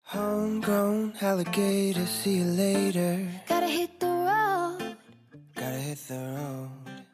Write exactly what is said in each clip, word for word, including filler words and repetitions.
Homegrown alligator, see you later. Gotta hit the road. Gotta hit the road.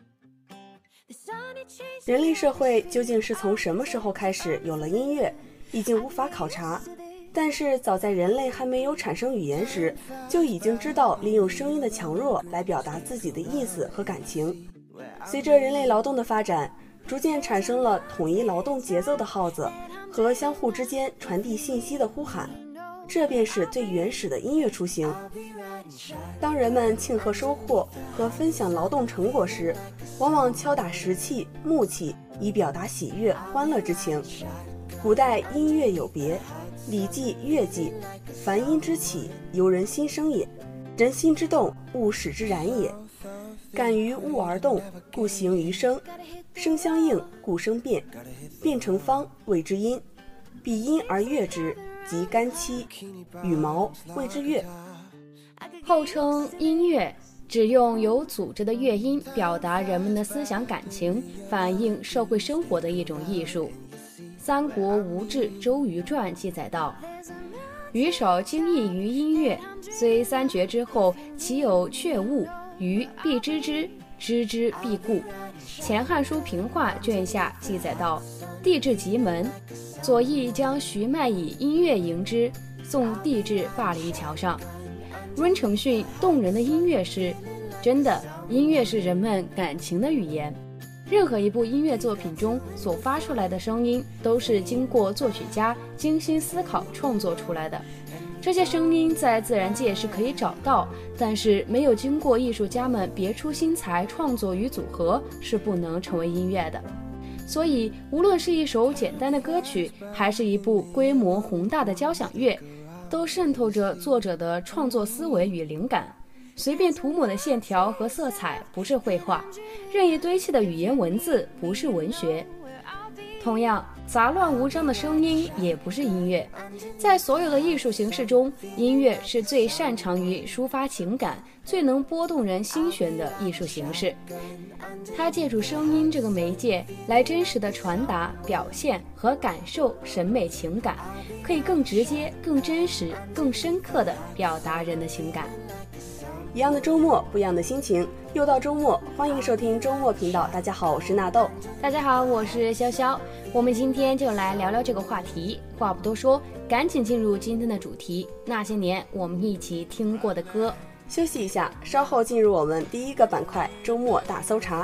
人类社会究竟是从什么时候开始有了音乐，已经无法考察。但是早在人类还没有产生语言时，就已经知道利用声音的强弱来表达自己的意思和感情。随着人类劳动的发展，逐渐产生了统一劳动节奏的号子和相互之间传递信息的呼喊，这便是最原始的音乐雏形。当人们庆贺收获和分享劳动成果时，往往敲打石器、木器，以表达喜悦、欢乐之情。古代音乐有别，礼记、乐记，凡音之起，由人心生也；人心之动，物使之然也。感于物而动，故形于声；声相应，故声变。变成方，谓之音；比音而乐之，即干戚、羽毛，谓之乐。 后称音乐，只用有组织的乐音表达人们的思想感情，反映社会生活的一种艺术。三国吴志《周瑜传》记载道：虞守精益于音乐，虽三绝之后，其有确物，虞必知之，知之必固。前汉书平话卷下记载道：帝至棘门，左翼将徐迈以音乐迎之，送帝至灞陵桥上。温承训动人的音乐诗，真的，音乐是人们感情的语言。任何一部音乐作品中所发出来的声音，都是经过作曲家精心思考创作出来的。这些声音在自然界是可以找到，但是没有经过艺术家们别出心裁创作与组合，是不能成为音乐的。所以，无论是一首简单的歌曲，还是一部规模宏大的交响乐，都渗透着作者的创作思维与灵感。随便涂抹的线条和色彩不是绘画，任意堆砌的语言文字不是文学。同样，杂乱无章的声音也不是音乐。在所有的艺术形式中，音乐是最擅长于抒发情感、最能拨动人心弦的艺术形式。它借助声音这个媒介来真实地传达、表现和感受审美情感，可以更直接、更真实、更深刻地表达人的情感。 一样的周末，不一样的心情。又到周末，欢迎收听周末频道。大家好，我是纳豆。 大家好，我是潇潇。我们今天就来聊聊这个话题。话不多说，赶紧进入今天的主题。那些年我们一起听过的歌。 休息一下，稍后进入我们第一个板块——周末大搜查。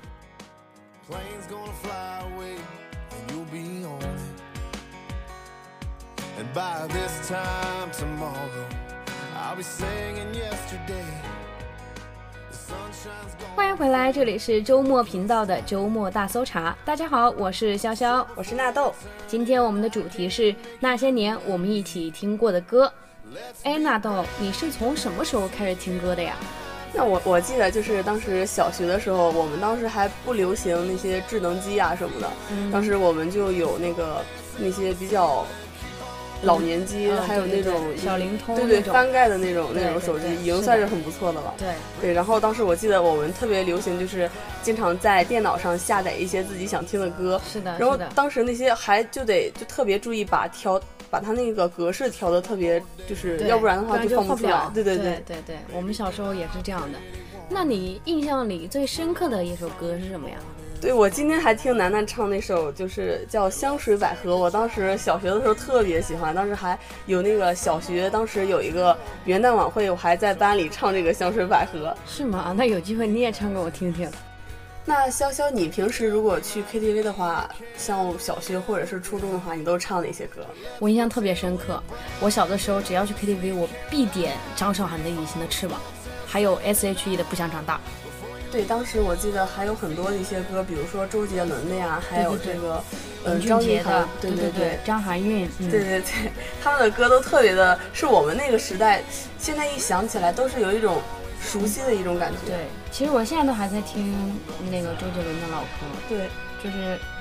欢迎回来，这里是周末频道的周末大搜查。大家好，我是潇潇， 我是纳豆。 今天我们的主题是那些年我们一起听过的歌。哎，纳豆，你是从什么时候开始听歌的呀？ 那我我记得就是当时小学的时候，我们当时还不流行那些智能机啊什么的，嗯、当时我们就有那个那些比较老年机、嗯、还有那种、 对对对小灵通， 对对翻盖的那种那种手机，已经算是很不错的了。 对对，然后当时我记得我们特别流行，就是经常在电脑上下载一些自己想听的歌。 是的， 然后当时那些还就得就特别注意把调把它那个格式调的特别，就是要不然的话就放不出来。对对对对对对，我们小时候也是这样的。那你印象里最深刻的一首歌是什么呀？ 对，我今天还听楠楠唱那首就是叫《香水百合》，我当时小学的时候特别喜欢，当时还有那个小学当时有一个元旦晚会，我还在班里唱这个《香水百合》。 是吗？那有机会你也唱给我听听。 那潇潇，你平时如果去 K T V 的话，像小学或者是初中的话，你都唱哪些歌？ 我印象特别深刻，我小的时候只要去 K T V， 我必点张韶涵的《隐形的翅膀》，还有 S H E 的《不想长大》。 对，当时我记得还有很多的一些歌，比如说周杰伦的呀，还有这个嗯张杰的， 对对对, 对, 对张含韵、 嗯，对对对，他们的歌都特别的，是我们那个时代，现在一想起来都是有一种熟悉的一种感觉。 对，其实我现在都还在听那个周杰伦的老歌。 对， 就是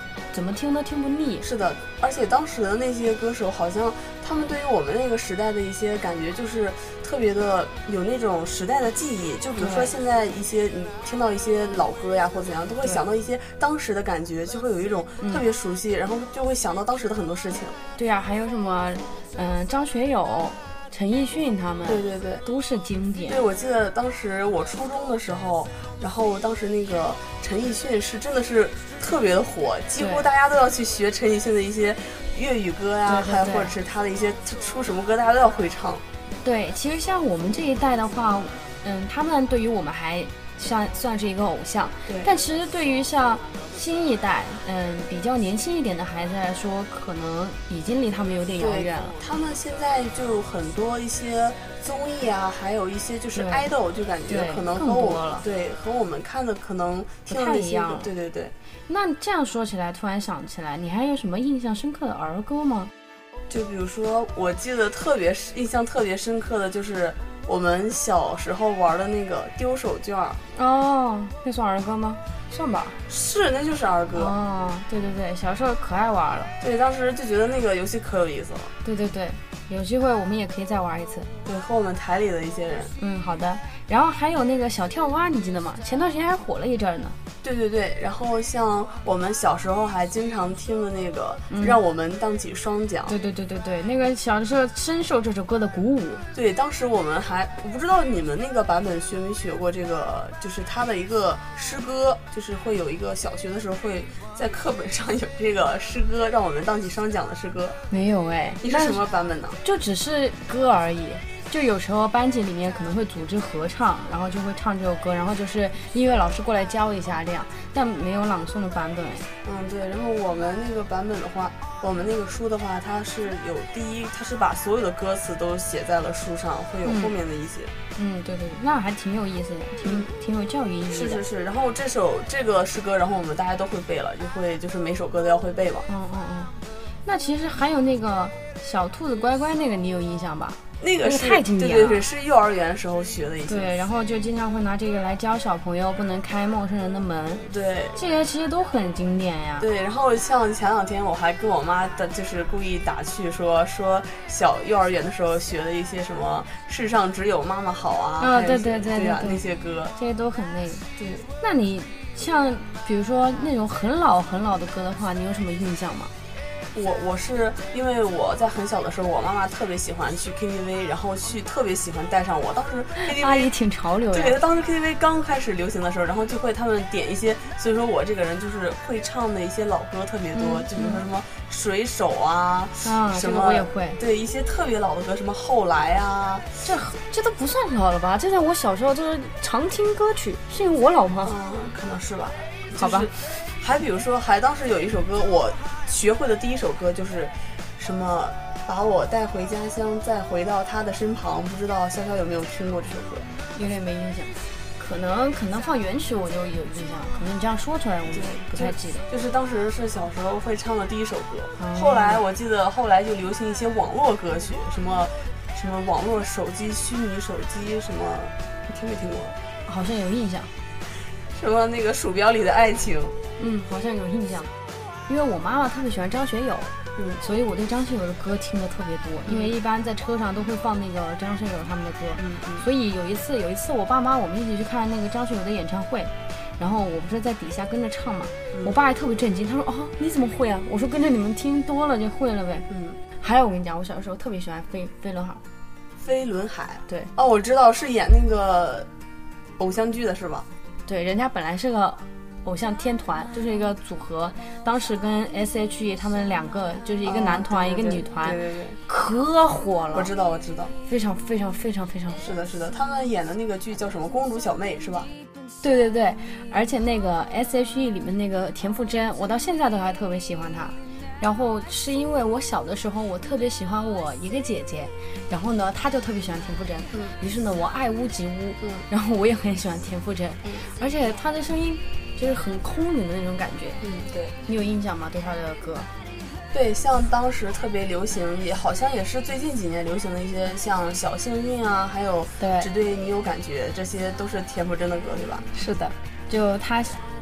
怎么听都听不腻。 是的，而且当时的那些歌手好像他们对于我们那个时代的一些感觉就是特别的有那种时代的记忆，就比如说现在一些你听到一些老歌呀或怎样，都会想到一些当时的感觉，就会有一种特别熟悉、嗯、然后就会想到当时的很多事情。 对啊，还有什么嗯张学友、陈奕迅他们， 对对对， 都是经典。 对，我记得当时我初中的时候，然后当时那个陈奕迅是真的是特别的火，几乎大家都要去学陈奕迅的一些粤语歌呀，还有或者是他的一些出什么歌大家都要会唱。 对，其实像我们这一代的话，嗯，他们对于我们还算算是一个偶像，但其实对于像新一代，嗯，比较年轻一点的孩子来说，可能已经离他们有点遥远了。 他们现在就很多一些综艺啊，还有一些就是爱豆，就感觉可能和我对和我们看的可能听的那些，对对对。 那这样说起来，突然想起来，你还有什么印象深刻的儿歌吗？ 就比如说，我记得特别印象特别深刻的就是我们小时候玩的那个丢手绢。 哦，那算儿歌吗？算吧， 是，那就是儿歌。 哦，对对对，小时候可爱玩了。 对，当时就觉得那个游戏可有意思了。 对对对，有机会我们也可以再玩一次。 对，和我们台里的一些人。 嗯，好的。然后还有那个小跳蛙，你记得吗？前段时间还火了一阵呢。 对对对，然后像我们小时候还经常听的那个、嗯、让我们荡起双桨。 对对对对对，那个小时候深受这首歌的鼓舞。 对，当时我们还我不知道你们那个版本学没学过这个，就是它的一个诗歌，就是会有一个小学的时候会在课本上有这个诗歌，让我们荡起双桨的诗歌。 没有哎， 你是什么版本呢？ 就只是歌而已。就有时候班级里面可能会组织合唱，然后就会唱这首歌，然后就是音乐老师过来教一下这样，但没有朗诵的版本。 嗯，对。然后我们那个版本的话，我们那个书的话，它是有第一，它是把所有的歌词都写在了书上，会有后面的一些。 嗯，对对，那还挺有意思的，挺、嗯、挺有教育意义的。 是是是。然后这首这个诗歌，然后我们大家都会背了，就会就是每首歌都要会背嘛。 嗯嗯嗯。那其实还有那个小兔子乖乖，那个你有印象吧？ 那个是、 那个、太经典了， 对对对，是幼儿园时候学的一些。 对，然后就经常会拿这个来教小朋友不能开陌生人的门。 对， 这个其实都很经典呀。 对，然后像前两天我还跟我妈的就是故意打趣说说小幼儿园的时候学的一些什么世上只有妈妈好啊， 啊、哦，对对对 对, 对啊，那些歌， 这些都很那个。 对， 那你像比如说那种很老很老的歌的话，你有什么印象吗？ 我我是因为我在很小的时候，我妈妈特别喜欢去 K T V， 然后去特别喜欢带上我。当时 K T V 阿姨挺潮流的。 对，当时 K T V 刚开始流行的时候，然后就会他们点一些，所以说我这个人就是会唱的一些老歌特别多，嗯、就比如说什么水手啊， 啊， 什么、 这个、我也会。 对，一些特别老的歌，什么后来啊， 这这都不算老了吧？这在我小时候就是常听歌曲，是因为我老吗？ 嗯，可能是吧。 好吧。 就是还比如说，还当时有一首歌，我学会的第一首歌就是什么把我带回家乡，再回到他的身旁。不知道潇潇有没有听过这首歌？ 有点没印象，可能可能放原曲我就有印象，可能你这样说出来我就不太记得。 就, 就是当时是小时候会唱的第一首歌，嗯、后来我记得后来就流行一些网络歌曲，什么什么网络手机、虚拟手机什么，你听没听过？ 好像有印象。 什么那个鼠标里的爱情。 嗯，好像有印象，因为我妈妈特别喜欢张学友，嗯，所以我对张学友的歌听的特别多，嗯、因为一般在车上都会放那个张学友他们的歌， 嗯嗯， 所以有一次有一次我爸妈我们一起去看那个张学友的演唱会，然后我不是在底下跟着唱嘛，嗯、我爸还特别震惊，他说哦你怎么会啊？我说跟着你们听多了就会了呗， 嗯， 还有我跟你讲，我小时候特别喜欢飞飞轮海， 飞轮海， 对， 哦我知道是演那个偶像剧的是吧？ 对，人家本来是个偶像天团，就是一个组合，当时跟 S H E 他们两个就是一个男团、 哦、 一个女团， 对对 对, 对, 对， 可火了。 我知道我知道， 非常非常非常非常火。 是的是的，他们演的那个剧叫什么公主小妹是吧？ 对对对，而且那个 S H E 里面那个田馥甄，我到现在都还特别喜欢她。然后是因为我小的时候我特别喜欢我一个姐姐，然后呢她就特别喜欢田馥甄， 嗯， 于是呢我爱屋及乌， 嗯， 然后我也很喜欢田馥甄， 嗯， 而且她的声音就是很空灵的那种感觉， 嗯，对， 你有印象吗？对她的歌？ 对，像当时特别流行，也好像也是最近几年流行的一些，像小幸运啊，还有只对你有感觉，这些都是田馥甄的歌，对吧？ 是的，就她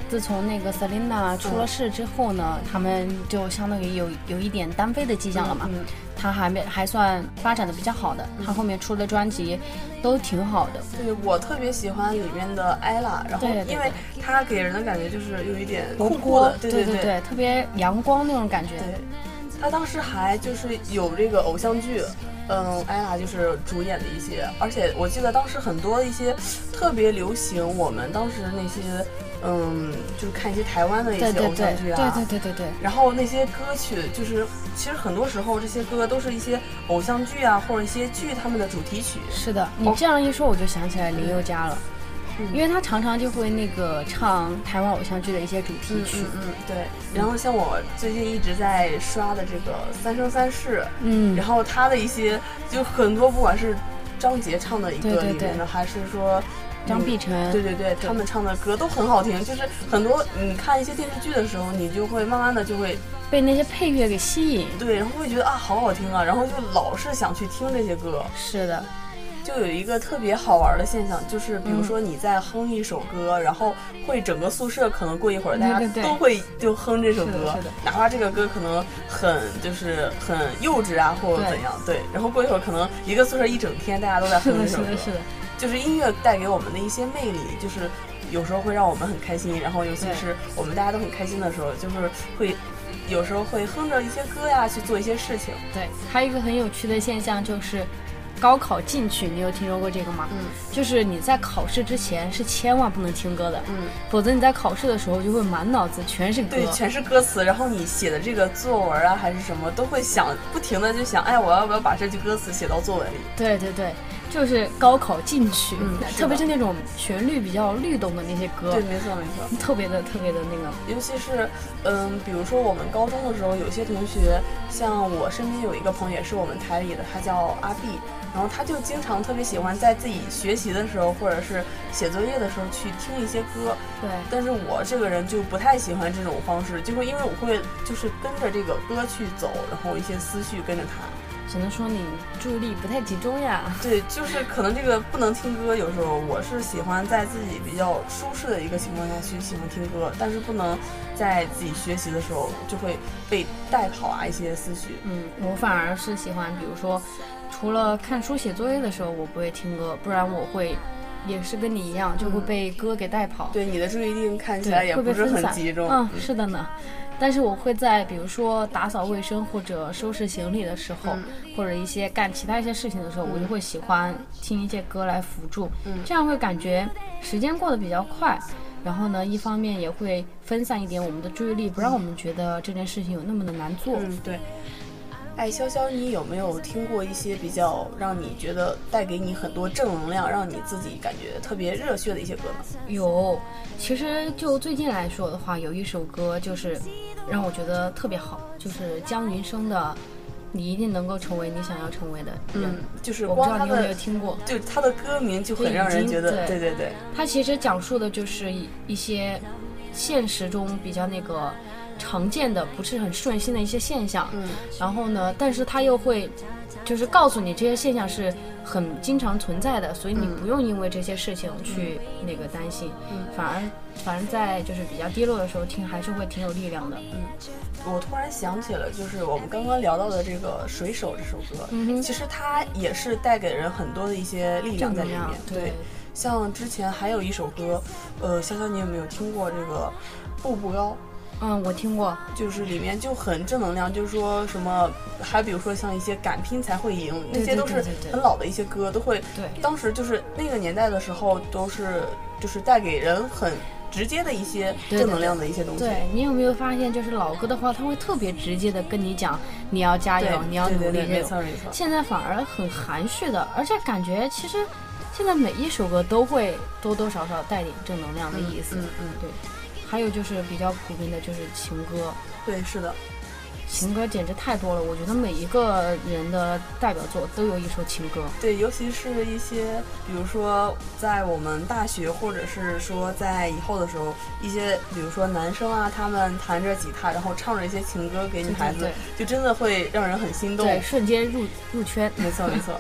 自从那个 Selina 出了事之后呢，他们就相当于有有一点单飞的迹象了嘛。 嗯嗯他还没还算发展的比较好的，他后面出的专辑都挺好的。 对，我特别喜欢里面的艾拉，然后因为她给人的感觉就是有一点酷酷的，对对对对, 对特别阳光那种感觉。 对，她当时还就是有这个偶像剧。嗯，艾拉就是主演的一些，而且我记得当时很多一些特别流行，我们当时那些，嗯，就是看一些台湾的一些偶像剧啊， 对对对对对。 然后那些歌曲就是，其实很多时候这些歌都是一些偶像剧啊，或者一些剧他们的主题曲。 是的，你这样一说，我就想起来林宥嘉了。嗯、因为他常常就会那个唱台湾偶像剧的一些主题曲， 嗯, 嗯, 嗯对。然后像我最近一直在刷的这个《三生三世》， 嗯， 然后他的一些就很多，不管是张杰唱的一个里面的， 对对对还是说张碧晨， 对对对，他们唱的歌都很好听。就是很多你看一些电视剧的时候，你就会慢慢的就会被那些配乐给吸引， 对，然后会觉得啊好好听啊，然后就老是想去听这些歌。 是的。 就有一个特别好玩的现象，就是比如说你在哼一首歌，嗯、然后会整个宿舍可能过一会儿大家都会就哼这首歌， 对对对， 哪怕这个歌可能很就是很幼稚啊或者怎样，对，对，然后过一会儿可能一个宿舍一整天大家都在哼这首歌， 是的，是的， 就是音乐带给我们的一些魅力，就是有时候会让我们很开心，然后尤其是我们大家都很开心的时候，就是会有时候会哼着一些歌呀去做一些事情。 对，还有一个很有趣的现象就是高考进去，你有听说过这个吗？ 嗯， 就是你在考试之前是千万不能听歌的， 嗯， 否则你在考试的时候就会满脑子全是歌， 对，全是歌词，然后你写的这个作文啊还是什么，都会想不停的就想，哎，我要不要把这句歌词写到作文里？ 对对对，就是高考进去， 嗯， 特别是那种旋律比较律动的那些歌， 对，没错没错， 特别的特别的那个， 尤其是嗯，比如说我们高中的时候，有些同学，像我身边有一个朋友也是我们台里的，他叫阿碧。然后他就经常特别喜欢在自己学习的时候，或者是写作业的时候去听一些歌。 对。 但是我这个人就不太喜欢这种方式，就会因为我会就是跟着这个歌去走，然后一些思绪跟着它。 只能说你注意力不太集中呀。 对，就是可能这个不能听歌，有时候我是喜欢在自己比较舒适的一个情况下去喜欢听歌，但是不能在自己学习的时候就会被带跑啊一些思绪。 嗯，我反而是喜欢，比如说除了看书写作业的时候我不会听歌，不然我会也是跟你一样就会被歌给带跑。 嗯、对，你的注意力看起来也不是很集中。 嗯，是的呢。但是我会在比如说打扫卫生或者收拾行李的时候、嗯、或者一些干其他一些事情的时候、嗯、我就会喜欢听一些歌来辅助、嗯、这样会感觉时间过得比较快，然后呢一方面也会分散一点我们的注意力，不让我们觉得这件事情有那么的难做。 嗯，对。哎，潇潇，你有没有听过一些比较让你觉得带给你很多正能量，让你自己感觉特别热血的一些歌呢？ 有，其实就最近来说的话，有一首歌就是让我觉得特别好，就是姜云升的你一定能够成为你想要成为的人。 嗯，就是我不知道你有没有听过， 就他的歌名就很让人觉得，对对对， 他其实讲述的就是一些现实中比较那个常见的不是很顺心的一些现象， 嗯， 然后呢但是他又会就是告诉你这些现象是很经常存在的，所以你不用因为这些事情去那个担心， 嗯， 反而反而在就是比较低落的时候听还是会挺有力量的。 嗯，我突然想起了就是我们刚刚聊到的这个水手这首歌， 嗯， 其实它也是带给人很多的一些力量在里面。 对， 对，像之前还有一首歌，呃，潇潇你有没有听过这个步步高？ 嗯，我听过， 就是里面就很正能量，就是说什么，还比如说像一些敢拼才会赢，那些都是很老的一些歌，都会， 对， 当时就是那个年代的时候，都是就是带给人很直接的一些正能量的一些东西。 对, 对, 对, 对，你有没有发现，就是老歌的话，他会特别直接的跟你讲，你要加油，你要努力， 对对对，没错没错。 现在反而很含蓄的，而且感觉其实现在每一首歌都会多多少少带点正能量的意思。 嗯 嗯, 嗯， 对。还有就是比较普遍的就是情歌。 对，是的， 情歌简直太多了，我觉得每一个人的代表作都有一首情歌。 对，尤其是一些比如说在我们大学或者是说在以后的时候，一些比如说男生啊，他们弹着吉他然后唱着一些情歌给女孩子， 对对对， 就真的会让人很心动， 对，瞬间入入圈。 没错没错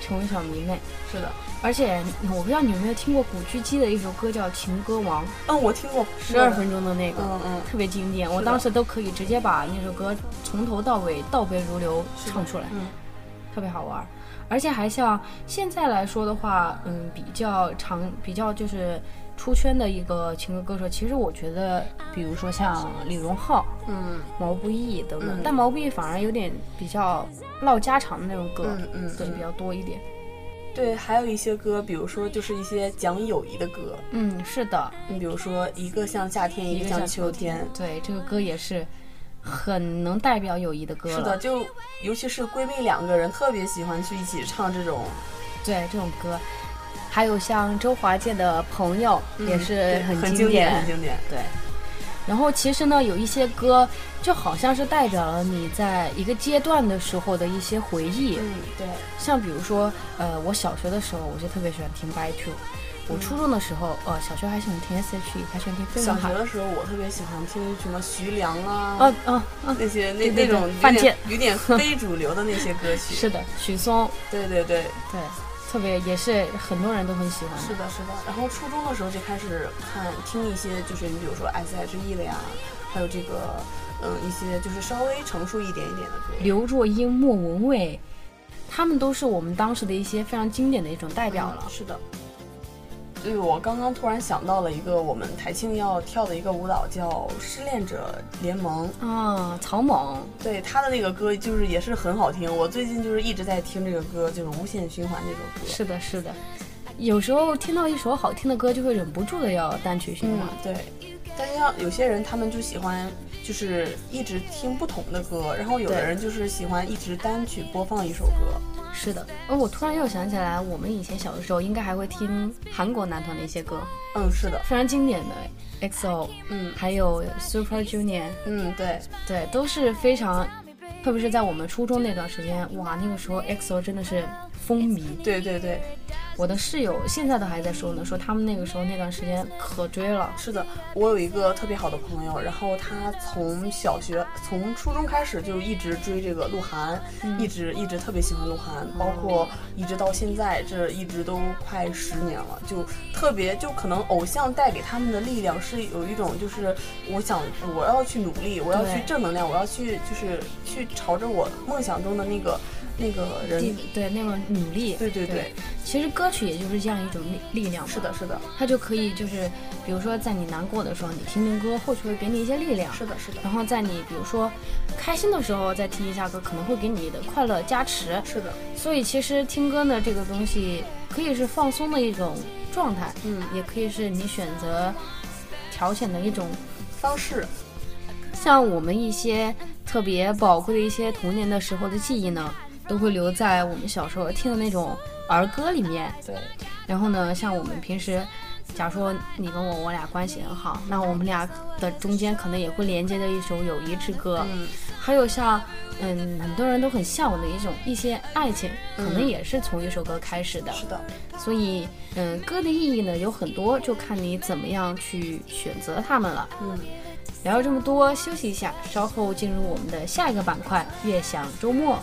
成为小迷妹。 是的， 而且我不知道你有没有听过古巨基的一首歌叫《情歌王》。 嗯，我听过， 十二分钟的那个， 嗯嗯， 特别经典。我当时都可以直接把那首歌从头到尾倒背如流唱出来， 嗯， 特别好玩。而且还像现在来说的话，嗯，比较长，比较就是出圈的一个情歌歌手，其实我觉得，比如说像李荣浩， 嗯， 毛不易等等， 嗯、 但毛不易反而有点比较唠家常的那种歌， 嗯嗯， 对，比较多一点。 对，还有一些歌，比如说就是一些讲友谊的歌， 嗯，是的， 你比如说一个像夏天，一个像秋天， 对，这个歌也是很能代表友谊的歌了。 是的，就尤其是闺蜜两个人特别喜欢去一起唱这种， 对这种歌。还有像周华健的朋友、嗯、也是很经典， 很经典。 对。然后其实呢，有一些歌就好像是代表了你在一个阶段的时候的一些回忆。 嗯，对。 像比如说，呃，我小学的时候我就特别喜欢听 By Two。我初中的时候，呃，小学还喜欢听 S H E， 还喜欢听飞轮海。 小学的时候，我特别喜欢听什么徐良啊， 啊啊啊， 那些那那种犯贱有点非主流的那些歌曲。 是的，许嵩。 对对对对，特别也是很多人都很喜欢的。 是的，是的。然后初中的时候就开始看听一些，就是你比如说 S H E 的呀，还有这个嗯一些就是稍微成熟一点一点的歌， 刘若英、莫文蔚，他们都是我们当时的一些非常经典的一种代表了。 嗯、是的。对，我刚刚突然想到了一个我们台庆要跳的一个舞蹈，叫《失恋者联盟》 啊，曹猛。 对，他的那个歌就是也是很好听，我最近就是一直在听这个歌，就是无限循环这首歌。 是的，是的，有时候听到一首好听的歌，就会忍不住的要单曲循环。 嗯、对，但是像有些人他们就喜欢就是一直听不同的歌，然后有的人就是喜欢一直单曲播放一首歌。 是的，而我突然又想起来，我们以前小的时候应该还会听韩国男团的一些歌。 嗯，是的， 非常经典的 X O， 嗯， 还有 Super Junior， 嗯，对对，都是非常，特别是在我们初中那段时间，哇，那个时候 X O 真的是风靡。 对对对， 我的室友现在都还在说呢，说他们那个时候那段时间可追了。 是的，我有一个特别好的朋友，然后他从小学从初中开始就一直追这个鹿晗、嗯、一直一直特别喜欢鹿晗，包括一直到现在这一直都快十年了，就特别就可能偶像带给他们的力量是有一种就是我想我要去努力，我要去正能量，我要去就是去朝着我梦想中的那个那个人， 对那种努力， 对对 对, 对， 其实歌曲也就是这样一种力力量。 是的，是的， 它就可以就是比如说在你难过的时候，你听听歌，或许会给你一些力量。 是的，是的。 然后在你比如说开心的时候再听一下歌，可能会给你的快乐加持。 是的。 所以其实听歌呢，这个东西可以是放松的一种状态， 嗯， 也可以是你选择调遣的一种方式。 像我们一些特别宝贵的一些童年的时候的记忆呢，都会留在我们小时候听的那种儿歌里面。 对。 然后呢，像我们平时，假如说你跟我我俩关系很好，那我们俩的中间可能也会连接着一首友谊之歌。 嗯。 还有像嗯很多人都很向往的一种一些爱情，可能也是从一首歌开始的。 是的。 所以嗯歌的意义呢有很多，就看你怎么样去选择它们了。 嗯。 聊了这么多，休息一下，稍后进入我们的下一个板块——悦享周末。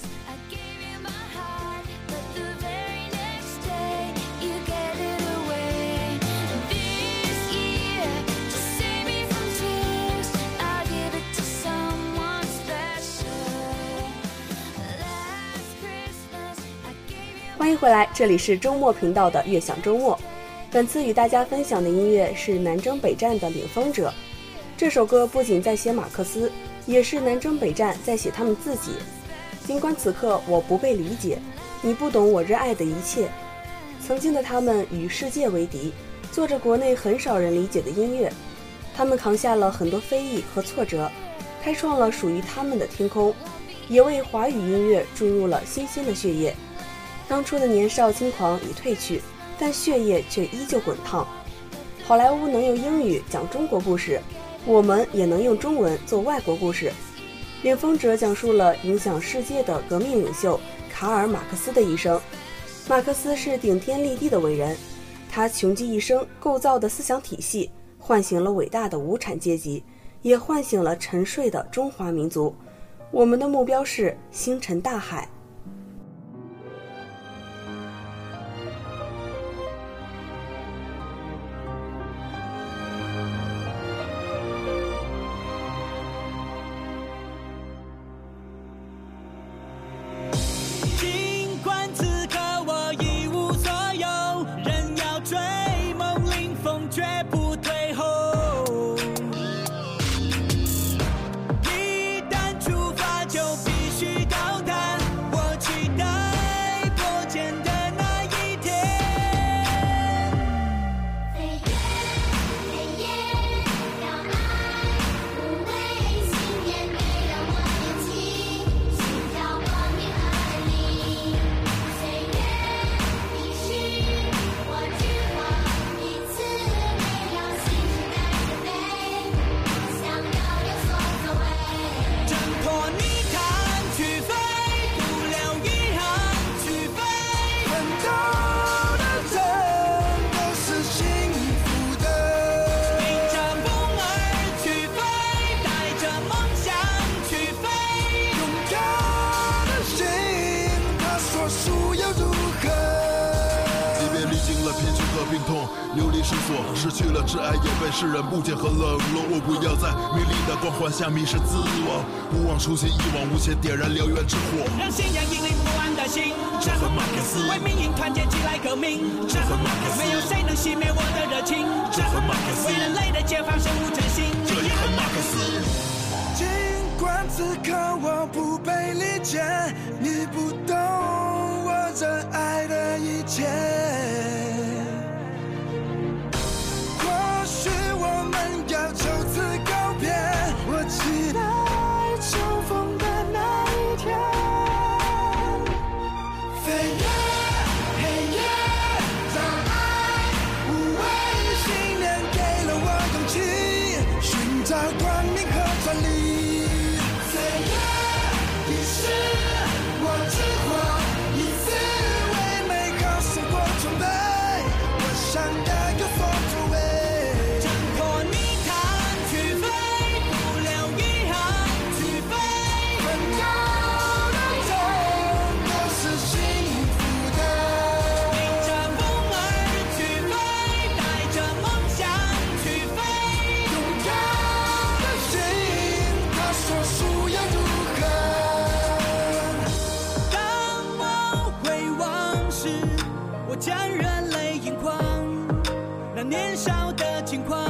欢迎回来，这里是周末频道的悦享周末。本次与大家分享的音乐是南征北战的领风者。这首歌不仅在写马克思，也是南征北战在写他们自己。尽管此刻我不被理解，你不懂我热爱的一切。曾经的他们与世界为敌，做着国内很少人理解的音乐。他们扛下了很多非议和挫折，开创了属于他们的天空，也为华语音乐注入了新鲜的血液。当初的年少轻狂已褪去，但血液却依旧滚烫。好莱坞能用英语讲中国故事，我们也能用中文做外国故事。领风者讲述了影响世界的革命领袖卡尔马克思的一生。马克思是顶天立地的伟人，他穷极一生构造的思想体系，唤醒了伟大的无产阶级，也唤醒了沉睡的中华民族。我们的目标是星辰大海。 输又如何？ 即便历经了贫穷和病痛，流离失所，失去了挚爱，也被世人不解和冷落。我不要在名利的光环下迷失自我，不忘初心，一往无前，点燃燎原之火， 让信仰引领不安的心。 这很马克思， 为民营团结起来革命。 这很马克思， 没有谁能熄灭我的热情。 这很马克思， 为人类的解放生无真心。 这也很马克思。 尽管此刻我不被理解，你不懂我热爱的一切。或许我们要就此告别，我期待重逢的那一天。飞跃，黑夜，让爱无畏信念给了我勇气，寻找光明和真理。岁月已是我之火，以此为美好生活准备。我想要有所作为。 年少的轻狂，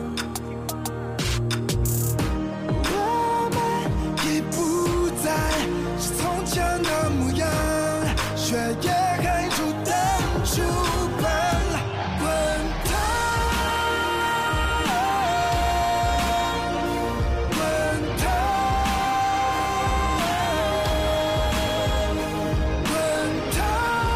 我们已不再是从前的模样，血液还阻挡出奔滚烫，滚烫，滚烫。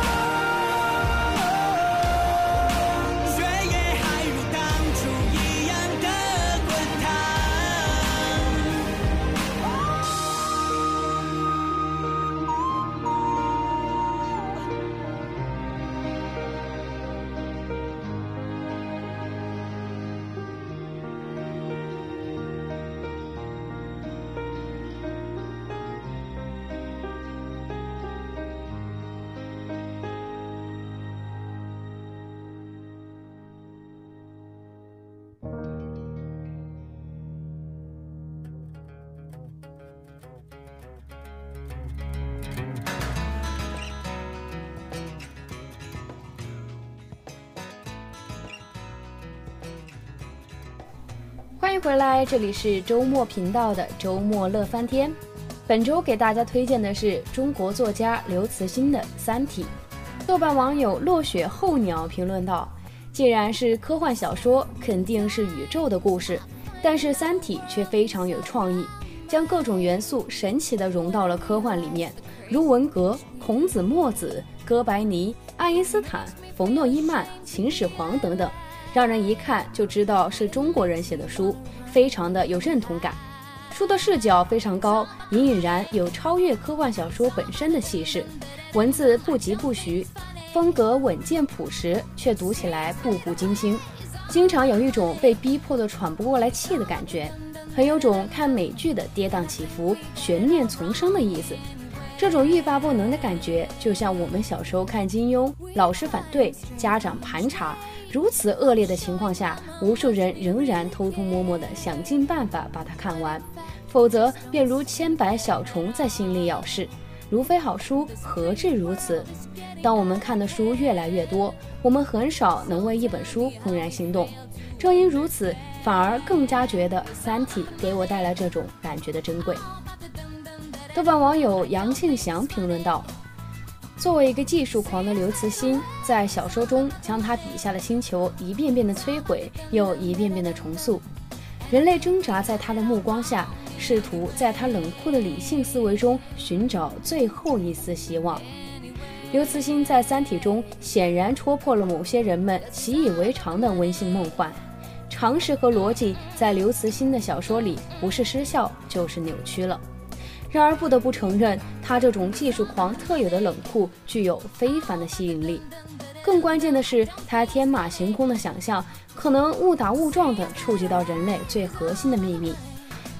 欢迎回来，这里是周末频道的周末乐翻天。本周给大家推荐的是中国作家刘慈欣的《三体》。豆瓣网友落雪候鸟评论道：既然是科幻小说，肯定是宇宙的故事，但是《三体》却非常有创意，将各种元素神奇地融到了科幻里面，如文革、孔子、墨子、哥白尼、爱因斯坦、冯诺依曼、秦始皇等等，让人一看就知道是中国人写的书，非常的有认同感。书的视角非常高，隐隐然有超越科幻小说本身的气势，文字不疾不徐，风格稳健朴实，却读起来步步惊心，经常有一种被逼迫的喘不过来气的感觉，很有种看美剧的跌宕起伏、悬念丛生的意思。这种欲罢不能的感觉，就像我们小时候看金庸，老师反对，家长盘查，如此恶劣的情况下，无数人仍然偷偷摸摸地想尽办法把它看完，否则便如千百小虫在心里咬噬。如非好书，何至如此？当我们看的书越来越多，我们很少能为一本书怦然心动。正因如此，反而更加觉得《三体》给我带来这种感觉的珍贵。豆瓣网友杨庆祥评论道：作为一个技术狂的刘慈欣，在小说中将他笔下的星球一遍遍的摧毁，又一遍遍的重塑，人类挣扎在他的目光下，试图在他冷酷的理性思维中寻找最后一丝希望。刘慈欣在《三体》中显然戳破了某些人们习以为常的温馨梦幻，常识和逻辑在刘慈欣的小说里不是失效就是扭曲了。然而不得不承认，他这种技术狂特有的冷酷具有非凡的吸引力。更关键的是，他天马行空的想象可能误打误撞地触及到人类最核心的秘密。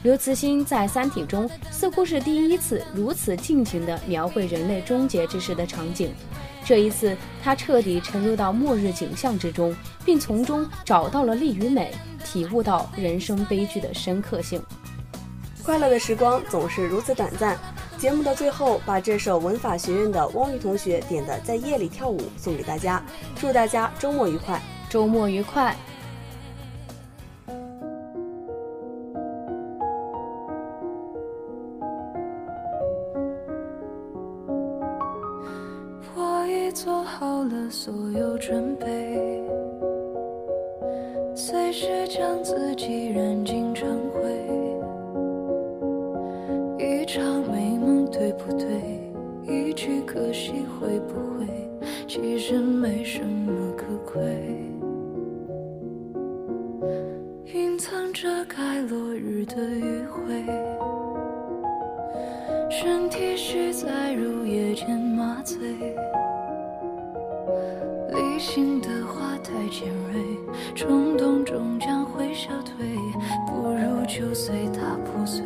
刘慈欣在《三体》中似乎是第一次如此尽情地描绘人类终结之时的场景。这一次，他彻底沉入到末日景象之中，并从中找到了力与美，体悟到人生悲剧的深刻性。 快乐的时光总是如此短暂。节目的最后，把这首文法学院的汪玉同学点的《在夜里跳舞》送给大家，祝大家周末愉快， 周末愉快。 我已做好了所有准备，随时将自己燃尽成灰。一场美梦对不对？一句可惜会不会？其实没什么可贵。云层遮盖落日的余晖，身体需在入夜间麻醉。理性的话太尖锐，冲动终将会消退，不如就随它破碎。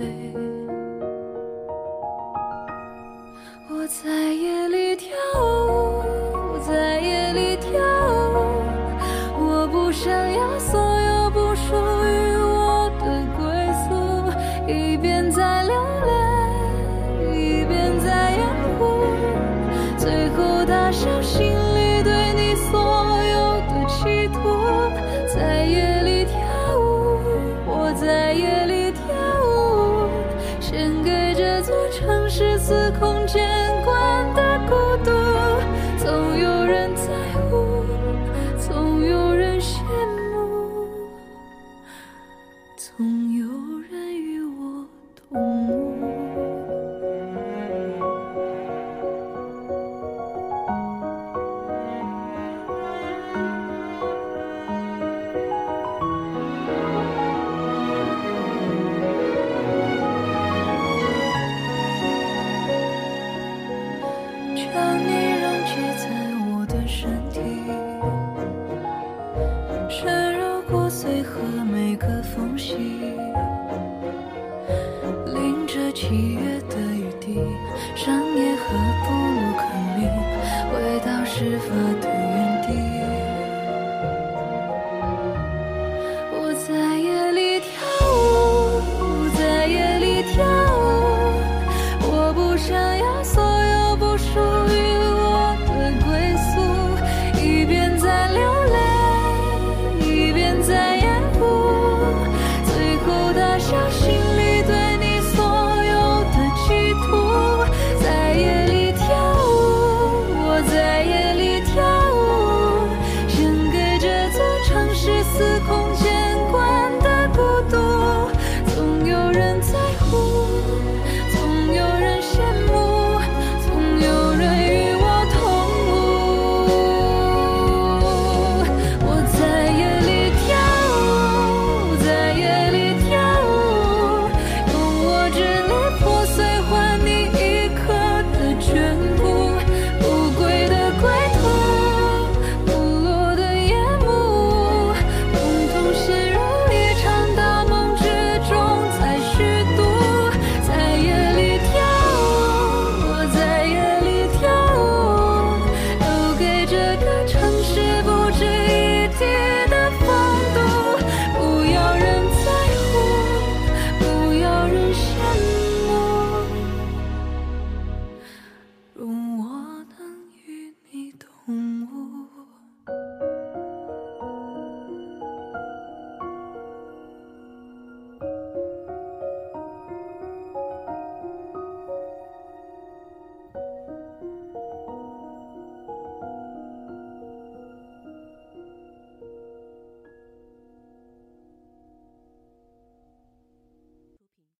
我在夜里跳舞，在夜里跳舞，我不想要所有不属于我的归宿，一边在流泪，一边在掩护，最后打消心里对你所有的企图。在夜里跳舞，我在夜里跳舞，献给这座城市司空见惯的孤独。总有人在乎，总有人羡慕，总有人与我同舞。将你溶解在我的身体，深入骨髓和每个缝隙，淋着七月的雨滴，山野和布鲁克林，味道是否对